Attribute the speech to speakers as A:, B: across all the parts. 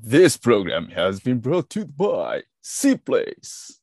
A: This program has been brought to you by C Place.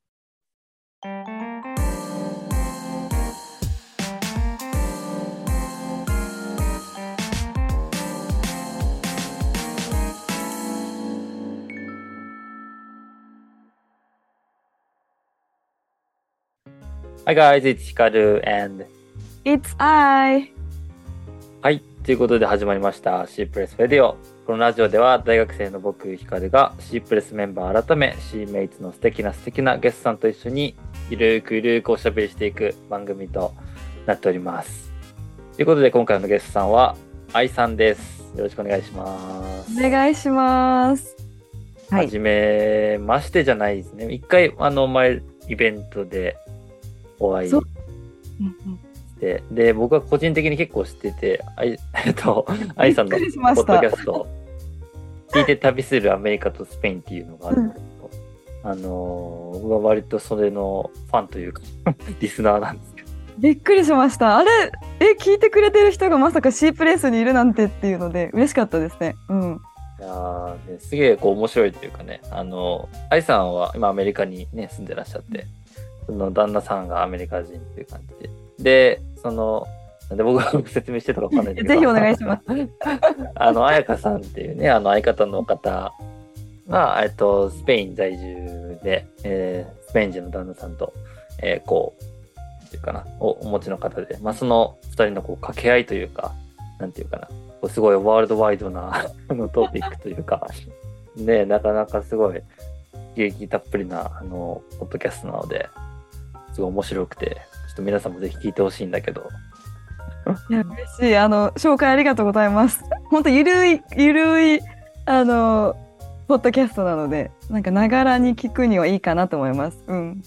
B: Hi guys, it's Hikaru and
C: It's I.
B: はい、ということで始まりました C プレスレディオ。このラジオでは大学生の僕ヒカルが C プレスメンバー改め C メイツの素敵なゲストさんと一緒にゆるーくおしゃべりしていく番組となっております。ということで今回のゲストさんは愛さんです。よろしくお願いします。
C: お願いします。
B: はじめましてじゃないですね。一回前イベントでお会いして、で僕は個人的に結構知ってて、愛さんのポッドキャスト聞いて旅するアメリカとスペインっていうのがあるんですけど、僕は割とそれのファンというかリスナーなんですけど、
C: びっくりしました。あれ聞いてくれてる人がまさか C プレイスにいるなんてっていうので嬉しかったですね。
B: いやすげえこう面白いというかね、愛さんは今アメリカにね住んでらっしゃって、その旦那さんがアメリカ人っていう感じで、なんで僕が説明してたかわかんないんだけど、
C: ぜひお願いします。
B: 彩香さんっていうね、相方の方が、スペイン在住で、スペイン人の旦那さんと、こう、なんていうかな、お持ちの方で、その二人のこう掛け合いというか、なんていうかな、こうすごいワールドワイドなトピックというか、ね、なかなかすごい刺激たっぷりな、ポッドキャストなので、すごい面白くて、ちょっと皆さんもぜひ聞いてほしいんだけど。
C: いや嬉しい。紹介ありがとうございます。本当ゆるいポッドキャストなので、なんかながらに聞くにはいいかなと思います。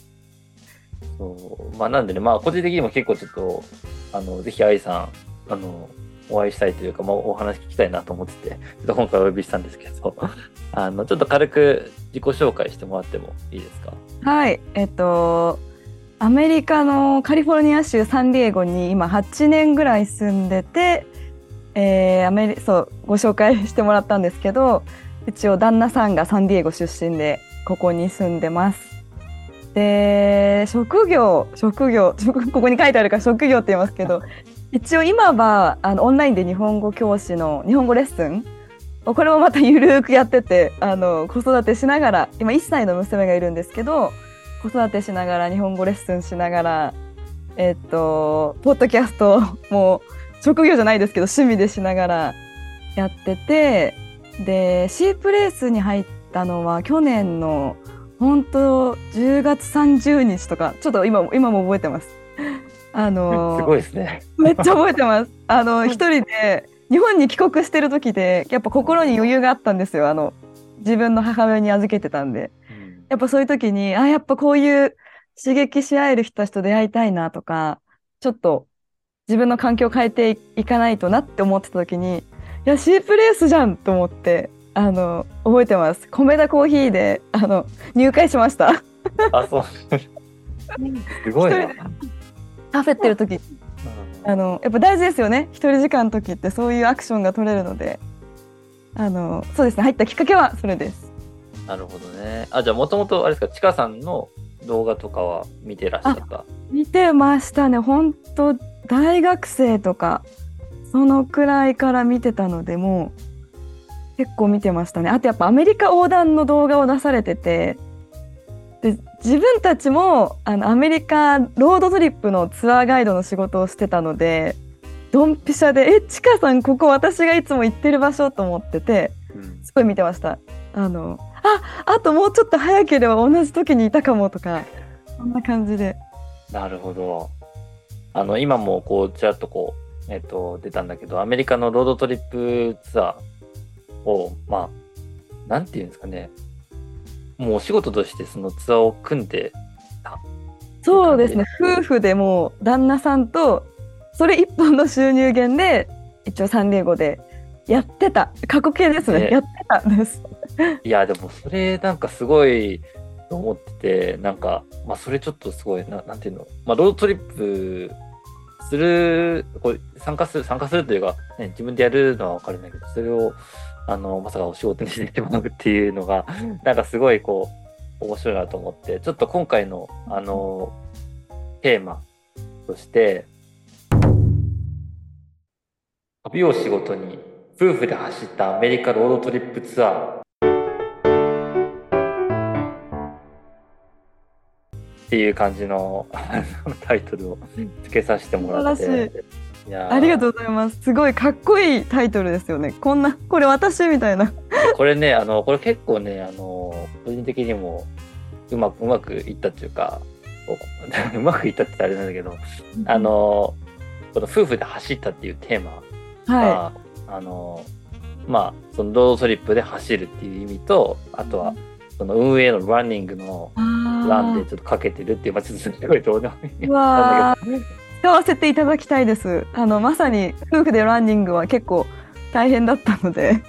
B: そうなんでね、個人的にも結構ちょっとぜひ愛さんお会いしたいというか、お話聞きたいなと思ってて、ちょっと今回お呼びしたんですけど、ちょっと軽く自己紹介してもらってもいいですか？
C: はい。アメリカのカリフォルニア州サンディエゴに今8年ぐらい住んでて、ご紹介してもらったんですけど、一応旦那さんがサンディエゴ出身でここに住んでます。で、職業ここに書いてあるから職業って言いますけど、一応今はオンラインで日本語教師の日本語レッスンをこれもまたゆるーくやってて、子育てしながら、今1歳の娘がいるんですけど、子育てしながら日本語レッスンしながらポッドキャストも職業じゃないですけど趣味でしながらやってて、で C プレイスに入ったのは去年の本当10月30日とか、ちょっと今も覚えてます。
B: すごいですね。
C: めっちゃ覚えてます。一人で日本に帰国してる時でやっぱ心に余裕があったんですよ。自分の母親に預けてたんで、やっぱそういう時にやっぱこういう刺激し合える人たちと出会いたいなとか、ちょっと自分の環境を変えていかないとなって思ってた時に、いや C プレイスじゃんと思って覚えてます。コメダコーヒーで入会しました。
B: そうすごいな。
C: カフェってる時やっぱ大事ですよね。一人時間の時ってそういうアクションが取れるので、そうですね、入ったきっかけはそれです。
B: なるほどね。じゃあもともとあれですか、ちかさんの動画とかは見てらっしゃった？
C: 見てましたね。本当大学生とかそのくらいから見てたので、もう結構見てましたね。あとやっぱアメリカ横断の動画を出されてて、で自分たちもアメリカロードトリップのツアーガイドの仕事をしてたので、ドンピシャでちかさんここ私がいつも行ってる場所と思ってて、すごい見てました。あともうちょっと早ければ同じ時にいたかもとか、そんな感じで。
B: なるほど。今もこうちらっとこう、出たんだけど、アメリカのロードトリップツアーをなんていうんですかね、もうお仕事としてそのツアーを組んでた。
C: そうですね、夫婦でもう旦那さんとそれ一本の収入源で一応サンディエゴでやってた。過去形ですね。やってたんです。
B: いやでもそれなんかすごいと思ってて、なんかそれちょっとすごいなんていうの、ロードトリップする、こう参加するというか、ね、自分でやるのは分かるんだけど、それをまさかお仕事にしてしまうっていうのが、なんかすごいこう、面白いなと思って、ちょっと今回の、テーマとして、旅を仕事に夫婦で走ったアメリカロードトリップツアーっていう感じのタイトルを付けさせてもらって。
C: 素晴らしい。
B: いや
C: ありがとうございます。すごいかっこいいタイトルですよね。これ私みたいな。
B: これね、これ結構ね、個人的にもうまくいったっていうか、うまくいったって言ったらあれなんだけど、この夫婦で走ったっていうテーマが、まあ、そのロードトリップで走るっていう意味と、あとは、その運営のランニングのランでちょっとかけてるっていう、まあ、ちょっとすごいどうでもいいなんだけど。
C: 使わせていただきたいです。まさに夫婦でランニングは結構大変だったので。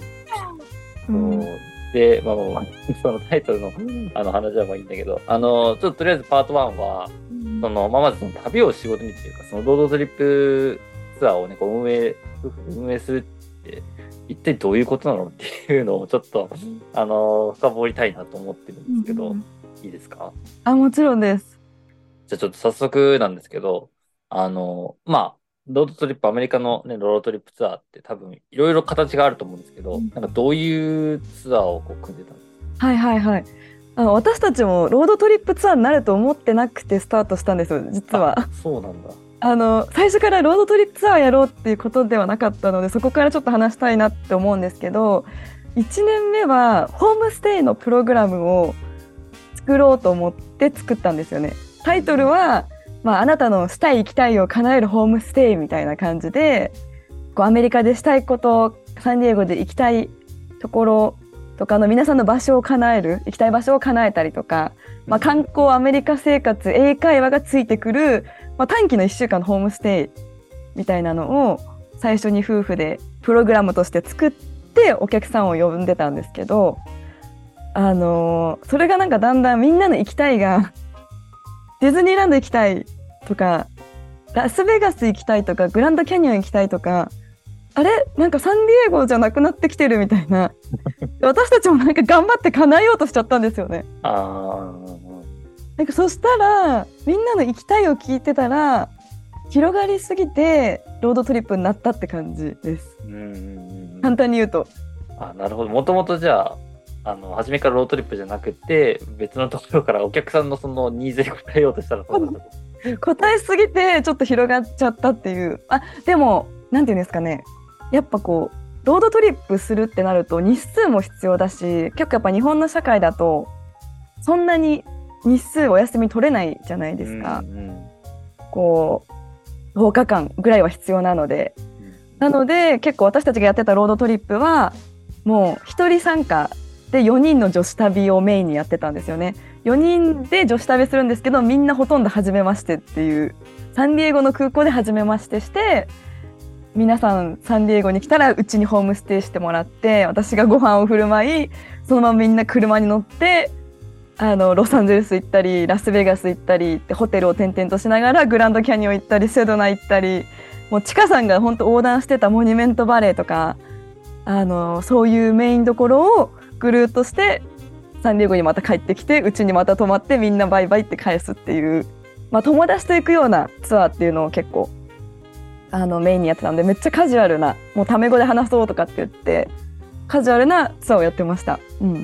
B: で、まあ、そのタイトルの話はまあいいんだけど、ちょっととりあえずパート1は、まずその旅を仕事にっていうか、そのロードトリップツアーをね、こう運営するって一体どういうことなのっていうのをちょっと深掘りたいなと思ってるんですけど、いいですか？
C: もちろんです。
B: じゃあちょっと早速なんですけど、まあロードトリップ、アメリカのね、ロードトリップツアーって多分いろいろ形があると思うんですけど、なんかどういうツアーをこう組んでたんですか？
C: はいはいはい。私たちもロードトリップツアーになると思ってなくてスタートしたんですよ、実は。
B: そうなんだ。
C: 最初からロードトリップツアーやろうっていうことではなかったので、そこからちょっと話したいなって思うんですけど、1年目はホームステイのプログラムを作ろうと思って作ったんですよね。タイトルは、あなたのしたい行きたいを叶えるホームステイみたいな感じで、こうアメリカでしたいこと、サンディエゴで行きたいところとかの皆さんの場所を叶える、行きたい場所を叶えたりとか、観光、アメリカ生活、英会話がついてくる、短期の1週間のホームステイみたいなのを最初に夫婦でプログラムとして作ってお客さんを呼んでたんですけど、それがなんかだんだんみんなの行きたいがディズニーランド行きたいとか、ラスベガス行きたいとか、グランドキャニオン行きたいとか、あれなんかサンディエゴじゃなくなってきてるみたいな私たちもなんか頑張って叶えようとしちゃったんですよね。なんかそしたらみんなの行きたいを聞いてたら広がりすぎてロードトリップになったって感じです。簡単に言うと。
B: なるほど。もともとじゃあ初めからロードトリップじゃなくて別のところからお客さんのそのニーズに応えようとしたらそうだった
C: 答えすぎてちょっと広がっちゃったっていう。でもなんていうんですかね、やっぱこうロードトリップするってなると日数も必要だし、結構やっぱ日本の社会だとそんなに日数お休み取れないじゃないですか。こう10日間ぐらいは必要なので、なので結構私たちがやってたロードトリップはもう1人参加で4人の女子旅をメインにやってたんですよね。4人で女子旅するんですけど、みんなほとんど初めましてっていう、サンディエゴの空港で初めましてして、皆さんサンディエゴに来たらうちにホームステイしてもらって、私がご飯を振る舞い、そのままみんな車に乗ってロサンゼルス行ったりラスベガス行ったりってホテルを転々としながらグランドキャニオン行ったりセドナ行ったり、もうちかさんが本当横断してたモニュメントバレーとかそういうメインどころをぐるっとしてサンディエゴにまた帰ってきて、うちにまた泊まってみんなバイバイって返すっていう、友達と行くようなツアーっていうのを結構メインにやってたんで、めっちゃカジュアルな、もうタメ語で話そうとかって言ってカジュアルなツアーをやってました。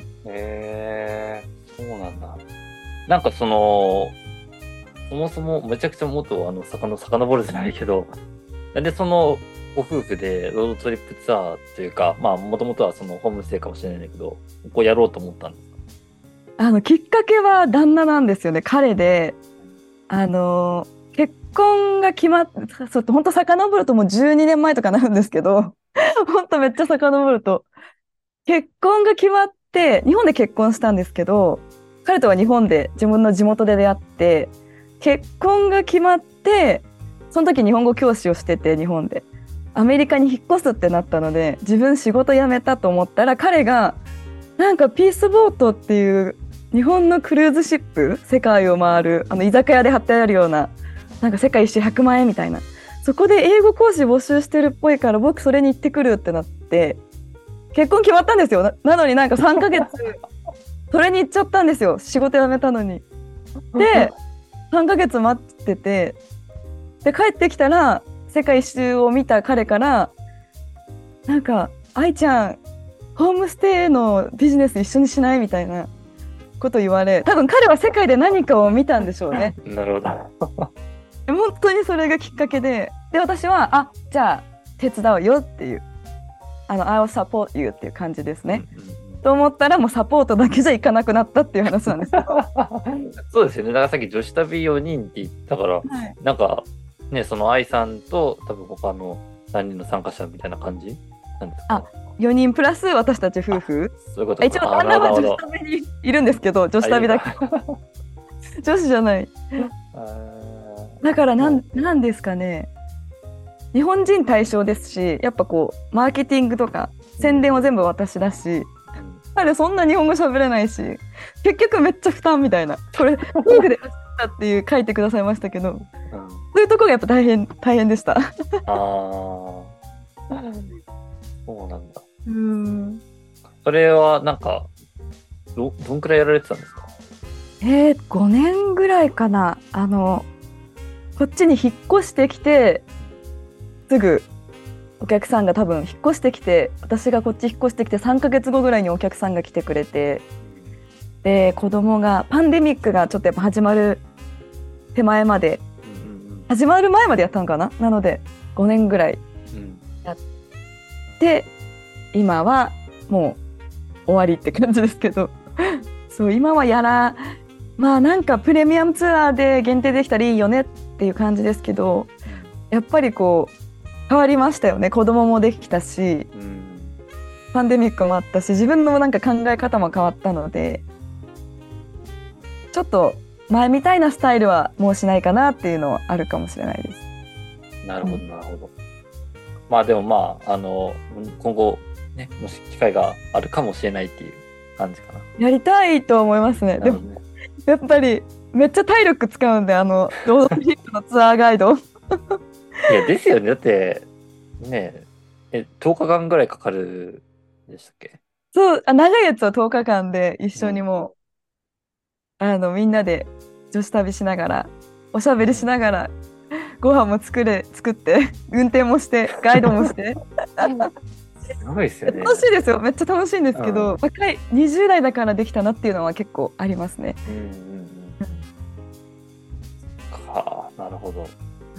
B: そうなんだ。なんかそもそもめちゃくちゃもっと遡るじゃないけど、なんでそのご夫婦でロードトリップツアーというか、もともとはそのホームステイかもしれないんだけど、こうやろうと思ったんですか？
C: きっかけは旦那なんですよね。彼で結婚が決まって、本当遡るともう12年前とかなるんですけど本当めっちゃ遡ると結婚が決まって日本で結婚したんですけど、彼とは日本で自分の地元で出会って、結婚が決まってその時日本語教師をしてて、日本でアメリカに引っ越すってなったので自分仕事辞めたと思ったら、彼がなんかピースボートっていう日本のクルーズシップ、世界を回る居酒屋で貼ってあるような、なんか世界一周100万円みたいな、そこで英語講師募集してるっぽいから僕それに行ってくるってなって、 結婚決まったんですよ。なのになんか3ヶ月それに行っちゃったんですよ。仕事辞めたのに。で3ヶ月待ってて、で帰ってきたら世界一周を見た彼からなんか愛ちゃんホームステイのビジネス一緒にしないみたいなこと言われ、多分彼は世界で何かを見たんでしょうね。
B: なるほど。
C: 本当にそれがきっかけで、私はじゃあ手伝うよっていうI will support you っていう感じですね。と思ったらもうサポートだけじゃいかなくなったっていう話なんですけど
B: そうですよね。だからさっき女子旅4人って言ったから、
C: はい、
B: なんかね、その愛さんと多分他の3人の参加者みたいな感じなんですか。
C: 4人プラス私たち夫婦。
B: そういうことか。
C: 一応旦那は女子旅にいるんですけど、女子旅だけ女子じゃない。だからなんですかね、日本人対象ですし、やっぱこうマーケティングとか宣伝は全部私だし、彼そんな日本語喋れないし、結局めっちゃ負担みたいな、これ夫婦で走ったっていう書いてくださいましたけど、そういうところがやっぱ大変でした。
B: そうなんだ。
C: そ
B: れはなんかどんくらいやられてたんですか
C: ？5年ぐらいかな。こっちに引っ越してきてすぐお客さんが多分引っ越してきて、私がこっち引っ越してきて3ヶ月後ぐらいにお客さんが来てくれて、で子供がパンデミックがちょっとやっぱ始まる手前まで、始まる前までやったのかな。なので5年ぐらいやって、今はもう終わりって感じですけどそう今はまあなんかプレミアムツアーで限定できたらいいよねっていう感じですけど、やっぱりこう変わりましたよね。子供もできたし、パンデミックもあったし、自分のなんか考え方も変わったので、ちょっと前みたいなスタイルはもうしないかなっていうのはあるかもしれないです。
B: なるほどなるほど。まあでもまあ今後ね、もし機会があるかもしれないっていう感じかな。
C: やりたいと思いますね。でもやっぱりめっちゃ体力使うんで、ロードトリップのツアーガイドい
B: やですよね。だってね10日間ぐらいかかるでしたっけ？
C: そう、長いやつは10日間で一緒にもう、みんなで女子旅しながらおしゃべりしながらご飯も作って運転もしてガイドもして
B: すごいですよね。
C: 楽しいですよ。めっちゃ楽しいんですけど、若い20代だからできたなっていうのは結構ありますね。
B: なるほど。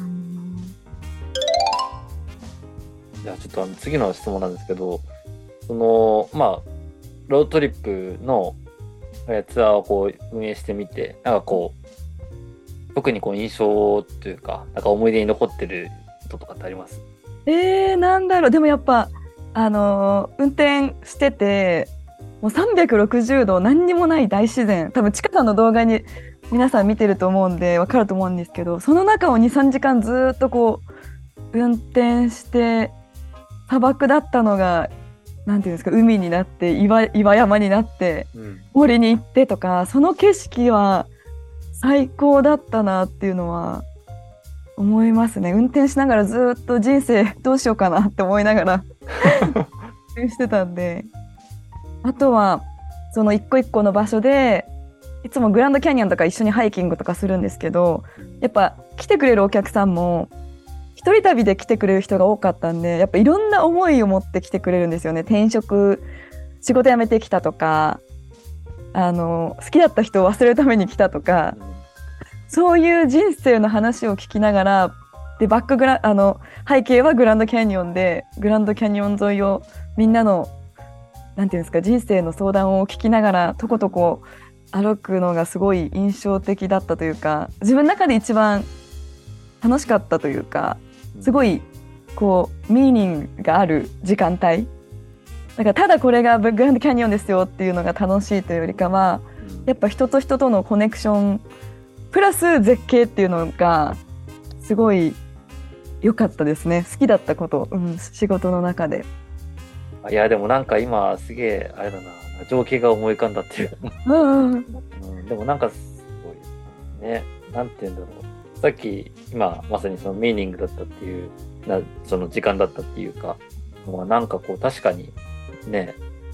B: じゃあちょっと次の質問なんですけど、まあロードトリップのツアーをこう運営してみて、なんかこう特にこう印象というか、なんか思い出に残ってることとかってあります？
C: なんだろう。でもやっぱ運転しててもう360度何にもない大自然、多分ちかさんの動画に皆さん見てると思うんで分かると思うんですけど、その中を 2,3 時間ずっとこう運転して、砂漠だったのがなんていうんですか、海になって岩山になって、森に行ってとか、その景色は最高だったなっていうのは思いますね。運転しながらずっと人生どうしようかなって思いながら運転してたんで、あとはその一個一個の場所でいつもグランドキャニオンとか一緒にハイキングとかするんですけど、やっぱ来てくれるお客さんも一人旅で来てくれる人が多かったんで、やっぱいろんな思いを持って来てくれるんですよね。転職、仕事辞めてきたとか、好きだった人を忘れるために来たとか、そういう人生の話を聞きながら、で背景はグランドキャニオンで、グランドキャニオン沿いをみんなのなんていうんですか、人生の相談を聞きながらとことこ歩くのがすごい印象的だったというか、自分の中で一番楽しかったというか、すごいこうミーニングがある時間帯だから、ただこれがグランドキャニオンですよっていうのが楽しいというよりかは、やっぱ人と人とのコネクションプラス絶景っていうのがすごい良かったですね。好きだったこと、仕事の中で。
B: いやでもなんか今すげえあれだな、情景が思い浮かんだっていうでもなんかすごいね、なんて言うんだろう、さっき今まさにそのミーニングだったっていうその時間だったっていうか、なんかこう確かにね、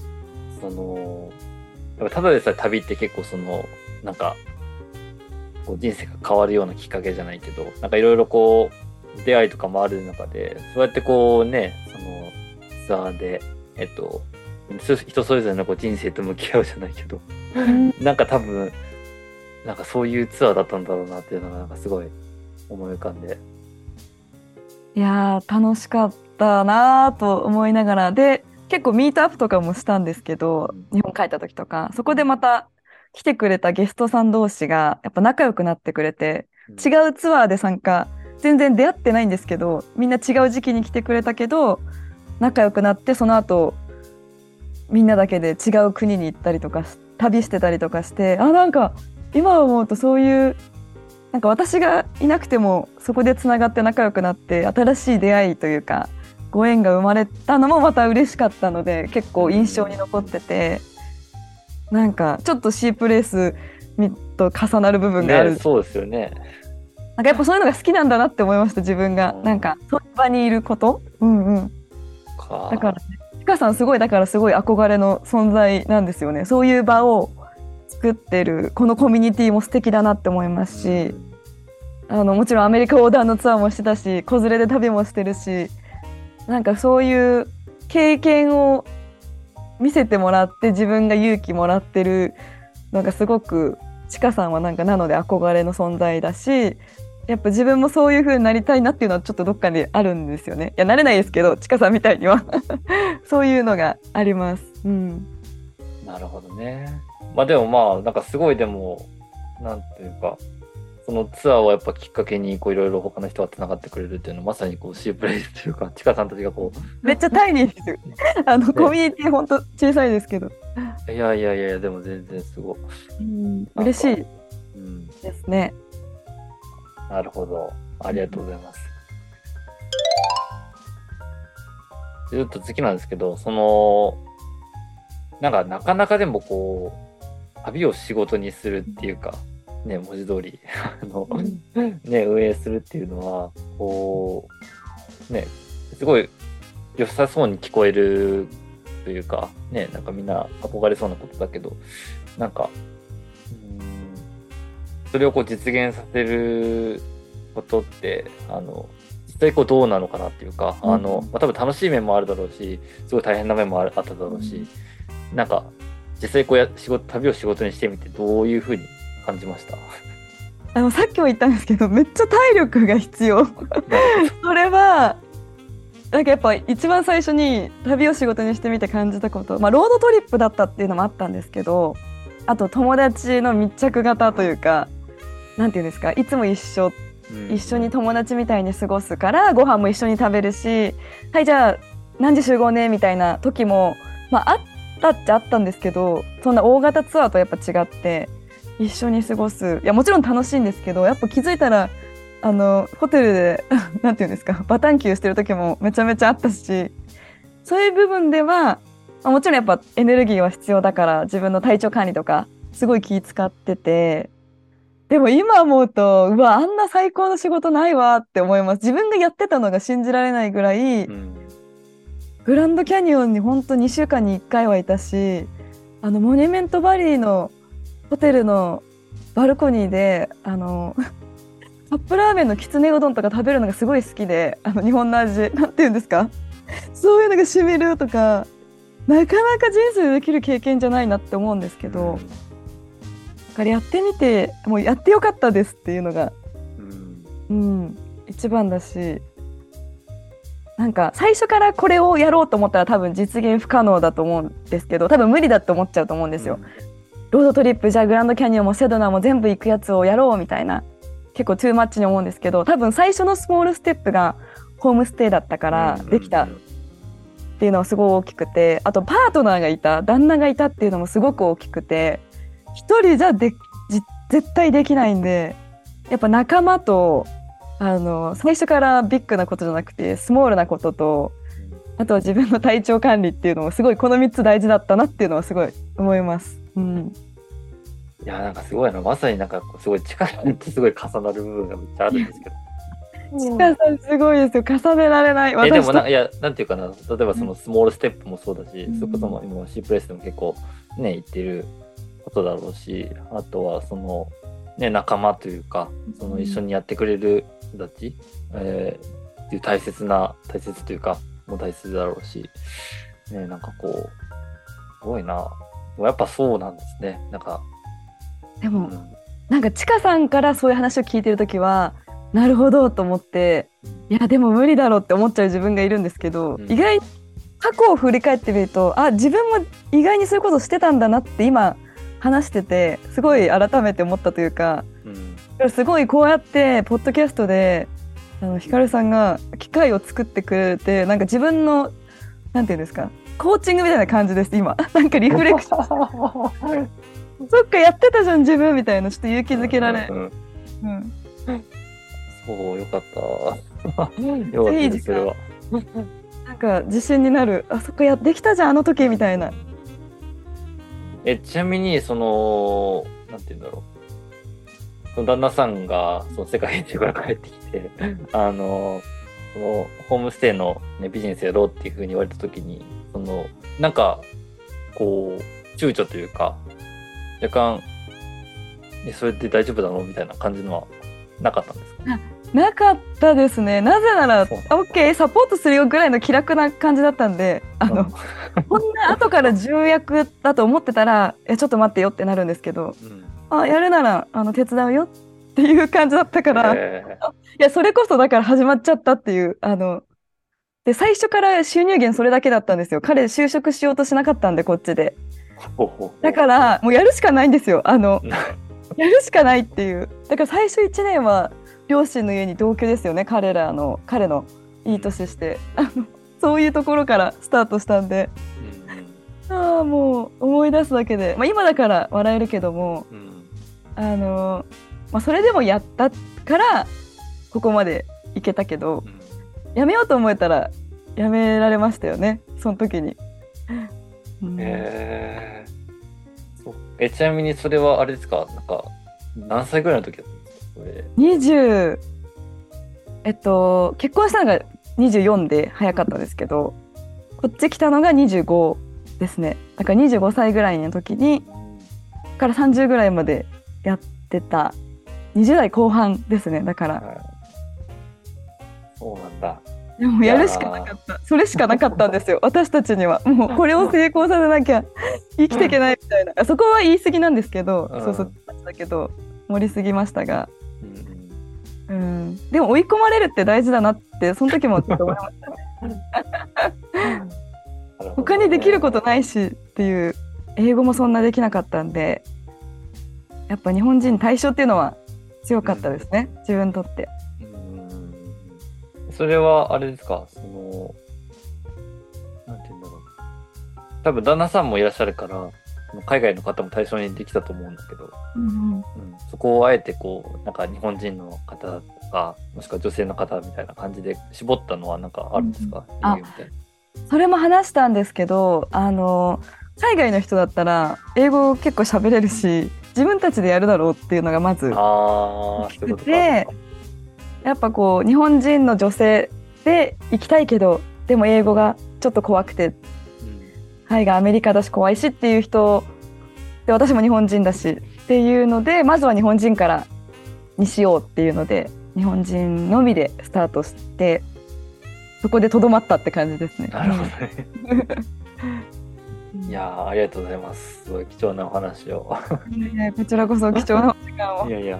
B: やっぱただでさえ旅って結構なんか、こう人生が変わるようなきっかけじゃないけど、なんかいろいろこう、出会いとかもある中で、そうやってこうね、ツアーで、人それぞれのこう人生と向き合うじゃないけど、なんか多分、なんかそういうツアーだったんだろうなっていうのがなんかすごい思い浮かんで。
C: いやー楽しかったなーと思いながらで結構ミートアップとかもしたんですけど、日本帰った時とかそこでまた来てくれたゲストさん同士がやっぱ仲良くなってくれて、違うツアーで参加全然出会ってないんですけどみんな違う時期に来てくれたけど仲良くなって、その後みんなだけで違う国に行ったりとか旅してたりとかして、なんか今思うとそういうなんか私がいなくてもそこでつながって仲良くなって新しい出会いというかご縁が生まれたのもまた嬉しかったので結構印象に残ってて、なんかちょっとシープレースと重なる部分がある、
B: ね、そうですよね。
C: なんかやっぱそういうのが好きなんだなって思いました自分が、なんかそういう場にいること、だからね、ちかさんすごい憧れの存在なんですよね。そういう場を作ってるこのコミュニティも素敵だなって思いますし、もちろんアメリカ横断のツアーもしてたし子連れで旅もしてるし、なんかそういう経験を見せてもらって自分が勇気もらってるのがすごくちかさんはなんかなので憧れの存在だし、やっぱ自分もそういう風になりたいなっていうのはちょっとどっかにあるんですよね。いやなれないですけどちかさんみたいにはそういうのがあります。
B: なるほどね。まあでもまあなんかすごいでもなんていうかそのツアーをやっぱきっかけにこういろいろ他の人がつながってくれるっていうのはまさにこうシープレイスというかちかさんたちがこう
C: めっちゃタイニーですよコミュニティほんと小さいですけど、
B: いやでも全然すごい、
C: 嬉しいですね。
B: なるほど、ありがとうございます。ずっと次なんですけど、なんかなかなかでもこう旅を仕事にするっていうかね、文字通りね運営するっていうのはこうねすごい良さそうに聞こえるというかね、なんかみんな憧れそうなことだけど、なんかそれをこう実現させることって実際こうどうなのかなっていうか、多分楽しい面もあるだろうしすごい大変な面もあっただろうし、なんか実際こう旅を仕事にしてみてどういうふうに感じました？
C: さっきも言ったんですけどめっちゃ体力が必要それはなんかやっぱ一番最初に旅を仕事にしてみて感じたこと、ロードトリップだったっていうのもあったんですけど、あと友達の密着型というか、なんていうんですか、いつも一緒に友達みたいに過ごすからご飯も一緒に食べるし、はいじゃあ何時集合ねみたいな時も、あったっちゃあったんですけど、そんな大型ツアーとやっぱ違って一緒に過ごす、いやもちろん楽しいんですけど、やっぱ気づいたらホテルでなんていうんですか、バタンキューしてる時もめちゃめちゃあったし、そういう部分ではもちろんやっぱエネルギーは必要だから自分の体調管理とかすごい気使ってて、でも今思うとうわあんな最高の仕事ないわって思います。自分がやってたのが信じられないぐらい、グランドキャニオンに本当2週間に1回はいたし、モニュメントバリーのホテルのバルコニーでカップラーメンのきつねうどんとか食べるのがすごい好きで、日本の味なんていうんですかそういうのがしみるとか、なかなか人生でできる経験じゃないなって思うんですけど、だからやってみてもうやってよかったですっていうのが、一番だし、なんか最初からこれをやろうと思ったら多分実現不可能だと思うんですけど、多分無理だって思っちゃうと思うんですよ。ロードトリップじゃあグランドキャニオンもセドナも全部行くやつをやろうみたいな、結構トゥーマッチに思うんですけど、多分最初のスモールステップがホームステイだったからできたっていうのはすごい大きくて、あとパートナーがいた、旦那がいたっていうのもすごく大きくて、一人じゃ絶対できないんで、やっぱ仲間と最初からビッグなことじゃなくてスモールなことと、あとは自分の体調管理っていうのもすごいこの3つ大事だったなっていうのはすごい思います。い
B: やなんかすごいまさになんかすごい力ってすごい重なる部分がめっちゃあるんですけど
C: ちかさんすごいですよ。重ねられない。
B: で
C: 私と
B: もいや、なんていうかな、例えばそのスモールステップもそうだし、それこそも今 C プレスでも結構ね、言ってることだろうし、あとはその、ね、仲間というか、その一緒にやってくれる人たち、っていう大切というか、もう大切だろうし、ね、なんかこう、すごいな。やっぱそうなんですね。なんか、
C: でも、なんかちかさんからそういう話を聞いてるときは、なるほどと思って、いやでも無理だろうって思っちゃう自分がいるんですけど、意外に過去を振り返ってみると、あ、自分も意外にそういうことしてたんだなって今話しててすごい改めて思ったというか、すごいこうやってポッドキャストでヒカルさんが機会を作ってくれて、なんか自分のなんていうんですか、コーチングみたいな感じです今。なんかリフレクションそっかやってたじゃん自分みたいな、ちょっと勇気づけられ、
B: そうよかったよかったですそれは。
C: なんか自信になる。あ、そっかできたじゃんあの時みたいな。
B: ちなみにそのなんて言うんだろう、その旦那さんがその世界一周から帰ってきてそのホームステイの、ね、ビジネスやろうっていう風に言われた時に、そのなんかこう躊躇というか若干それで大丈夫だろうみたいな感じのはなかったんですか？
C: なかったですね。なぜなら OK サポートするよぐらいの気楽な感じだったんで、こんな後から重役だと思ってたらちょっと待ってよってなるんですけど、あ、やるなら手伝うよっていう感じだったから、いやそれこそだから始まっちゃったっていうで最初から収入源それだけだったんですよ。彼就職しようとしなかったんでこっちで。だからもうやるしかないんですよ。やるしかないっていう。だから最初1年は両親の家に同居ですよね。彼のいい年してそういうところからスタートしたんで、もう思い出すだけで、今だから笑えるけども、それでもやったからここまでいけたけど、やめようと思えたらやめられましたよねその時に。
B: ちなみにそれはあれですか、なんか何歳ぐらいの時だったんですか？それ
C: 20結婚したのが24で早かったんですけど、こっち来たのが25ですね。だから25歳ぐらいの時にから30ぐらいまでやってた20代後半ですね。だから、
B: そうなんだ。
C: でもやるしかなかった。それしかなかったんですよ私たちには。もうこれを成功させなきゃ生きていけないみたいな。そこは言い過ぎなんですけど、そうだけど盛りすぎましたが、でも追い込まれるって大事だなってその時もちょっと思いましたね。他にできることないしっていう。英語もそんなできなかったんで、やっぱ日本人対象っていうのは強かったですね、自分にとって。
B: それはあれですか、そのなんていうんだろう、多分旦那さんもいらっしゃるから海外の方も対象にできたと思うんだけど、そこをあえてこうなんか日本人の方とかもしくは女性の方みたいな感じで絞ったのはなんかあるんですか？理由みたいな。
C: それも話したんですけど、海外の人だったら英語結構喋れるし自分たちでやるだろうっていうのがまず大きくて、やっぱこう日本人の女性で行きたいけどでも英語がちょっと怖くて、海外アメリカだし怖いしっていう人で、私も日本人だしっていうので、まずは日本人からにしようっていうので日本人のみでスタートして、そこでとどまったって感じですね。
B: なるほどね。いやありがとうございます。すごい貴重なお話を。
C: こちらこそ貴重なお時間を。
B: いやいや。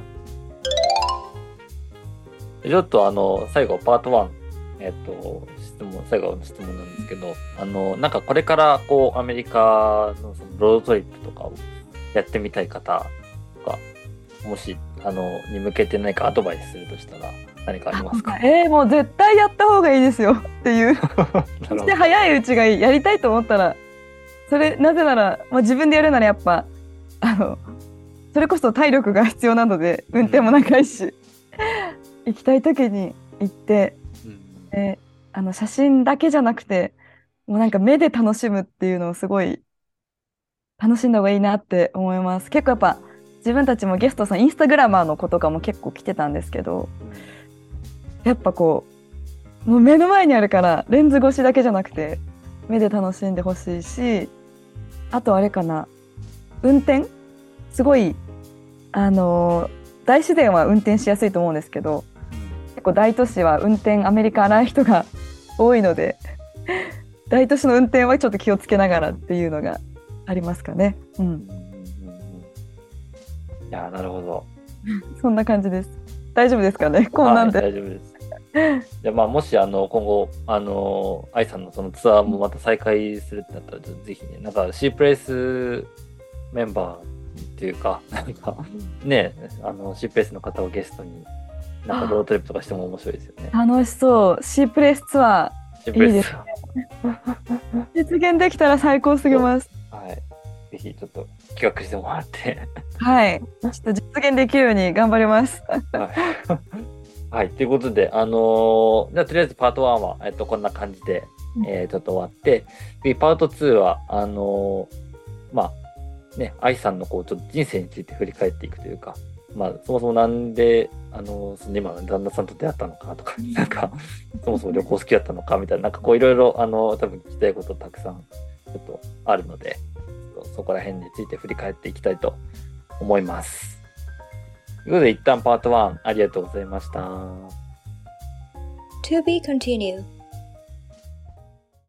B: ちょっと最後パート1、最後の質問なんですけど、なんかこれからこうアメリカのそのロードトリップとかをやってみたい方とか、もしに向けて何かアドバイスするとしたら何かありますか？
C: もう絶対やった方がいいですよっていう。そして早いうちがやりたいと思ったら、なぜなら、自分でやるならやっぱそれこそ体力が必要なので、運転も長いし行きたい時に行って、写真だけじゃなくてもうなんか目で楽しむっていうのをすごい楽しんだ方がいいなって思います。結構やっぱ自分たちもゲストさんインスタグラマーの子とかも結構来てたんですけど、 やっぱこうもう目の前にあるからレンズ越しだけじゃなくて目で楽しんでほしいし、あとあれかな、運転すごい大自然は運転しやすいと思うんですけど、結構大都市は運転アメリカ荒い人が多いので大都市の運転はちょっと気をつけながらっていうのがありますかね。うん。
B: いやなるほど。
C: そんな感じです。大丈夫ですかね。こんなんで。
B: はい、大丈夫です。じゃあまあもし今後愛さんのそのツアーもまた再開するってなったらぜひね、なんかシープレイスメンバーっていうかなんかねシープレイスの方をゲストになんかロードトリップとかしても面白いですよね。
C: 楽しそう。シープレイスツアーいいですね。実現できたら最高すぎます。
B: はい。ぜひちょっと企画してもらって
C: はい。ちょっと実現できるように頑張ります。
B: はい。はい。ということで、じゃあとりあえずパート1は、こんな感じで、ちょっと終わって、で、パート2は、まあ、ね、愛さんのこう、ちょっと人生について振り返っていくというか、まあ、そもそもなんで、その今の旦那さんと出会ったのかとか、なんか、そもそも旅行好きだったのかみたいな、なんかこう、いろいろ、多分聞きたいことたくさん、ちょっとあるので、そこら辺について振り返っていきたいと思います。ということで、一旦パート1ありがとうございました。
D: To be continued.